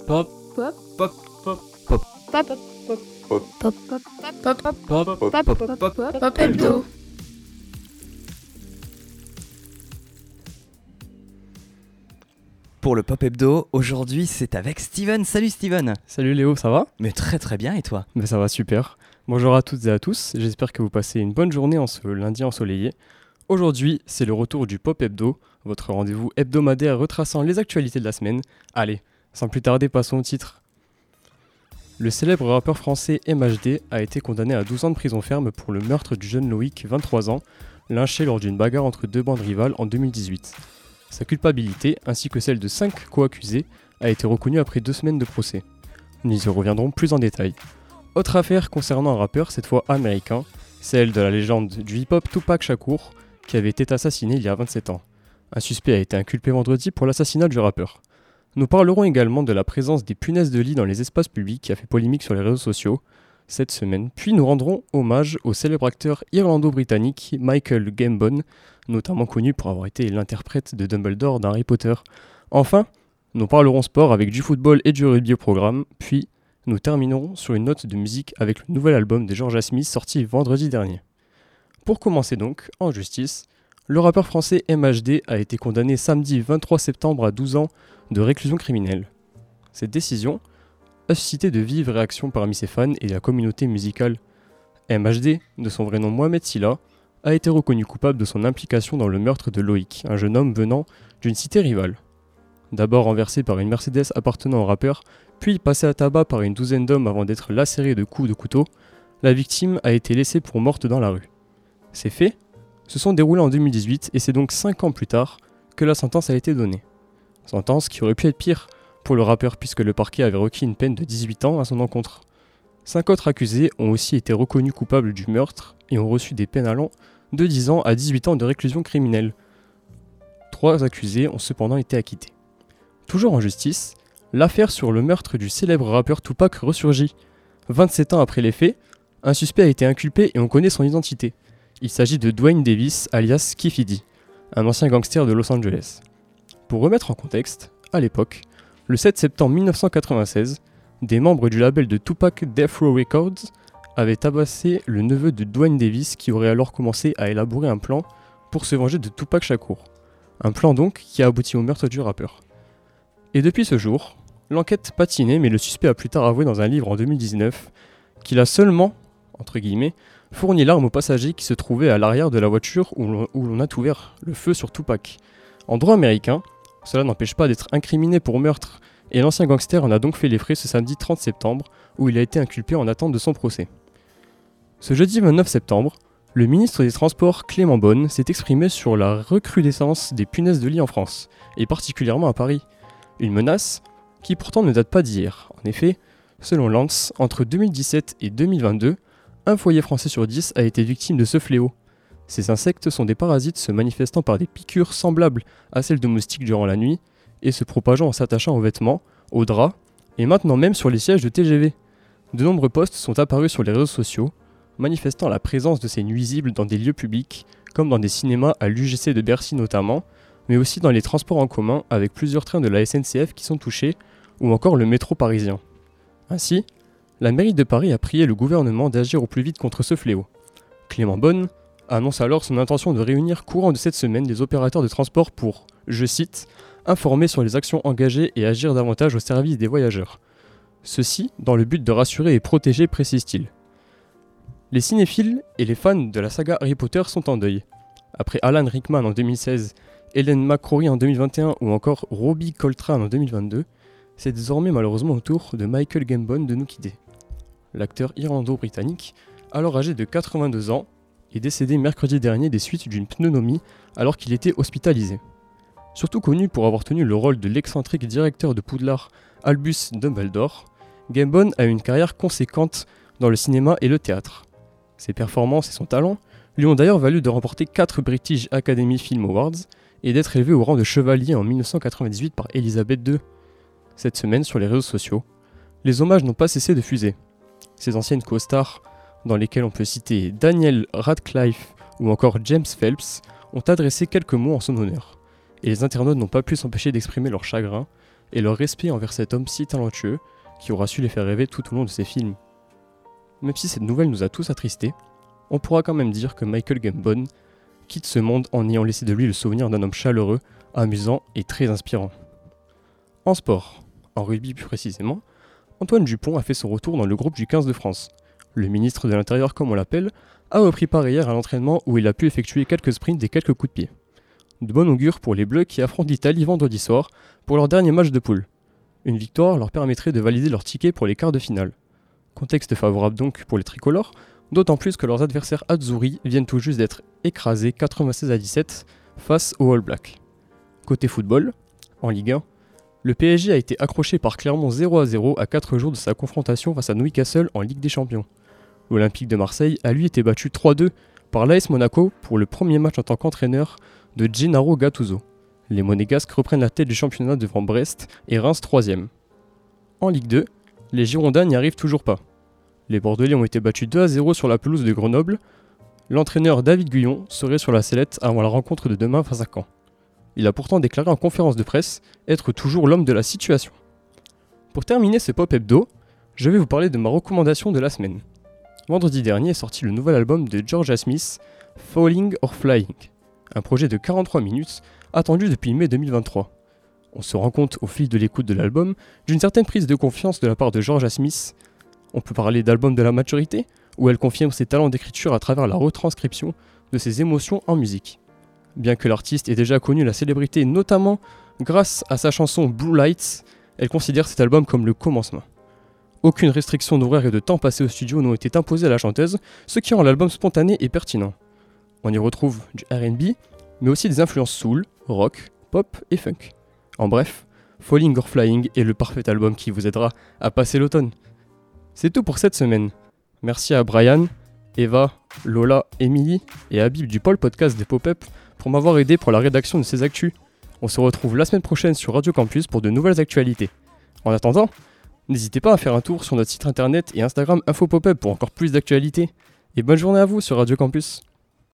Pop. Pop. Pop. Pop. Pop. Pop. Pop. Pop. Pop. Pop. Pop. Pop. Pop hebdo. Pour le Pop Hebdo, aujourd'hui c'est avec Steven. Salut Steven. Salut Léo, ça va ? Mais très bien, et toi ? Ça va super. Bonjour à toutes et à tous, j'espère que vous passez une bonne journée en ce lundi ensoleillé. Aujourd'hui, c'est le retour du Pop Hebdo, votre rendez-vous hebdomadaire retraçant les actualités de la semaine. Allez, sans plus tarder, passons au titre. Le célèbre rappeur français MHD a été condamné à 12 ans de prison ferme pour le meurtre du jeune Loïc, 23 ans, lynché lors d'une bagarre entre deux bandes rivales en 2018. Sa culpabilité, ainsi que celle de 5 co-accusés, a été reconnue après 2 semaines de procès. Nous y reviendrons plus en détail. Autre affaire concernant un rappeur, cette fois américain, celle de la légende du hip-hop Tupac Shakur, qui avait été assassiné il y a 27 ans. Un suspect a été inculpé vendredi pour l'assassinat du rappeur. Nous parlerons également de la présence des punaises de lit dans les espaces publics qui a fait polémique sur les réseaux sociaux cette semaine, puis nous rendrons hommage au célèbre acteur irlando-britannique Michael Gambon, notamment connu pour avoir été l'interprète de Dumbledore dans Harry Potter. Enfin, nous parlerons sport avec du football et du rugby au programme, puis nous terminerons sur une note de musique avec le nouvel album de Georgia Smith sorti vendredi dernier. Pour commencer donc, en justice, le rappeur français MHD a été condamné samedi 23 septembre à 12 ans de réclusion criminelle. Cette décision a suscité de vives réactions parmi ses fans et la communauté musicale. MHD, de son vrai nom Mohamed Silla, a été reconnu coupable de son implication dans le meurtre de Loïc, un jeune homme venant d'une cité rivale. D'abord renversé par une Mercedes appartenant au rappeur, puis passé à tabac par une douzaine d'hommes avant d'être lacéré de coups de couteau, la victime a été laissée pour morte dans la rue. Ces faits se sont déroulés en 2018 et c'est donc 5 ans plus tard que la sentence a été donnée. Sentence qui aurait pu être pire pour le rappeur puisque le parquet avait requis une peine de 18 ans à son encontre. 5 autres accusés ont aussi été reconnus coupables du meurtre et ont reçu des peines allant de 10 ans à 18 ans de réclusion criminelle. 3 accusés ont cependant été acquittés. Toujours en justice, l'affaire sur le meurtre du célèbre rappeur Tupac ressurgit. 27 ans après les faits, un suspect a été inculpé et on connaît son identité. Il s'agit de Dwayne Davis alias Keffe D, un ancien gangster de Los Angeles. Pour remettre en contexte, à l'époque, le 7 septembre 1996, des membres du label de Tupac Death Row Records avaient tabassé le neveu de Dwayne Davis qui aurait alors commencé à élaborer un plan pour se venger de Tupac Shakur. Un plan donc qui a abouti au meurtre du rappeur. Et depuis ce jour, l'enquête patinait mais le suspect a plus tard avoué dans un livre en 2019 qu'il a seulement, entre guillemets, fourni l'arme aux passagers qui se trouvaient à l'arrière de la voiture où l'on a ouvert le feu sur Tupac. En droit américain, cela n'empêche pas d'être incriminé pour meurtre et l'ancien gangster en a donc fait les frais ce samedi 30 septembre où il a été inculpé en attente de son procès. Ce jeudi 29 septembre, le ministre des Transports Clément Beaune s'est exprimé sur la recrudescence des punaises de lit en France, et particulièrement à Paris. Une menace qui pourtant ne date pas d'hier. En effet, selon Lance, entre 2017 et 2022, un foyer français sur 10 a été victime de ce fléau. Ces insectes sont des parasites se manifestant par des piqûres semblables à celles de moustiques durant la nuit et se propageant en s'attachant aux vêtements, aux draps et maintenant même sur les sièges de TGV. De nombreux posts sont apparus sur les réseaux sociaux, manifestant la présence de ces nuisibles dans des lieux publics, comme dans des cinémas à l'UGC de Bercy notamment, mais aussi dans les transports en commun avec plusieurs trains de la SNCF qui sont touchés, ou encore le métro parisien. Ainsi, la mairie de Paris a prié le gouvernement d'agir au plus vite contre ce fléau. Clément Beaune annonce alors son intention de réunir courant de cette semaine les opérateurs de transport pour, je cite, informer sur les actions engagées et agir davantage au service des voyageurs. Ceci dans le but de rassurer et protéger, précise-t-il. Les cinéphiles et les fans de la saga Harry Potter sont en deuil. Après Alan Rickman en 2016, Ellen McCrory en 2021 ou encore Robbie Coltrane en 2022, c'est désormais malheureusement au tour de Michael Gambon de nous quitter. L'acteur irlando-britannique, alors âgé de 82 ans, est décédé mercredi dernier des suites d'une pneumonie alors qu'il était hospitalisé. Surtout connu pour avoir tenu le rôle de l'excentrique directeur de Poudlard Albus Dumbledore, Gambon a une carrière conséquente dans le cinéma et le théâtre. Ses performances et son talent lui ont d'ailleurs valu de remporter 4 British Academy Film Awards et d'être élevé au rang de chevalier en 1998 par Elisabeth II. Cette semaine, sur les réseaux sociaux, les hommages n'ont pas cessé de fuser. Ses anciennes co-stars, dans lesquelles on peut citer Daniel Radcliffe ou encore James Phelps, ont adressé quelques mots en son honneur. Et les internautes n'ont pas pu s'empêcher d'exprimer leur chagrin et leur respect envers cet homme si talentueux qui aura su les faire rêver tout au long de ses films. Même si cette nouvelle nous a tous attristés, on pourra quand même dire que Michael Gambon quitte ce monde en ayant laissé de lui le souvenir d'un homme chaleureux, amusant et très inspirant. En sport, en rugby plus précisément, Antoine Dupont a fait son retour dans le groupe du 15 de France. Le ministre de l'Intérieur, comme on l'appelle, a repris part hier à l'entraînement où il a pu effectuer quelques sprints et quelques coups de pied. De bon augure pour les Bleus qui affrontent l'Italie vendredi soir pour leur dernier match de poule. Une victoire leur permettrait de valider leur ticket pour les quarts de finale. Contexte favorable donc pour les tricolores, d'autant plus que leurs adversaires Azzurri viennent tout juste d'être écrasés 96-17 face aux All Blacks. Côté football, en Ligue 1, le PSG a été accroché par Clermont 0-0 à 4 jours de sa confrontation face à Newcastle en Ligue des Champions. L'Olympique de Marseille a lui été battu 3-2 par l'AS Monaco pour le premier match en tant qu'entraîneur de Gennaro Gattuso. Les Monégasques reprennent la tête du championnat devant Brest et Reims 3e. En Ligue 2, les Girondins n'y arrivent toujours pas. Les Bordelais ont été battus 2-0 sur la pelouse de Grenoble. L'entraîneur David Guyon serait sur la sellette avant la rencontre de demain face à Caen. Il a pourtant déclaré en conférence de presse être toujours l'homme de la situation. Pour terminer ce Pop Hebdo, je vais vous parler de ma recommandation de la semaine. Vendredi dernier est sorti le nouvel album de Jorja Smith, Falling or Flying, un projet de 43 minutes attendu depuis mai 2023. On se rend compte au fil de l'écoute de l'album d'une certaine prise de confiance de la part de Jorja Smith. On peut parler d'album de la maturité, où elle confirme ses talents d'écriture à travers la retranscription de ses émotions en musique. Bien que l'artiste ait déjà connu la célébrité notamment grâce à sa chanson Blue Lights, elle considère cet album comme le commencement. Aucune restriction d'horaire et de temps passé au studio n'ont été imposées à la chanteuse, ce qui rend l'album spontané et pertinent. On y retrouve du R&B, mais aussi des influences soul, rock, pop et funk. En bref, Falling or Flying est le parfait album qui vous aidera à passer l'automne. C'est tout pour cette semaine. Merci à Brian, Eva, Lola, Emily et Habib du Pôle Podcast des Pop-Up pour m'avoir aidé pour la rédaction de ces actus. On se retrouve la semaine prochaine sur Radio Campus pour de nouvelles actualités. En attendant, n'hésitez pas à faire un tour sur notre site internet et Instagram Info Pop-Up pour encore plus d'actualités. Et bonne journée à vous sur Radio Campus.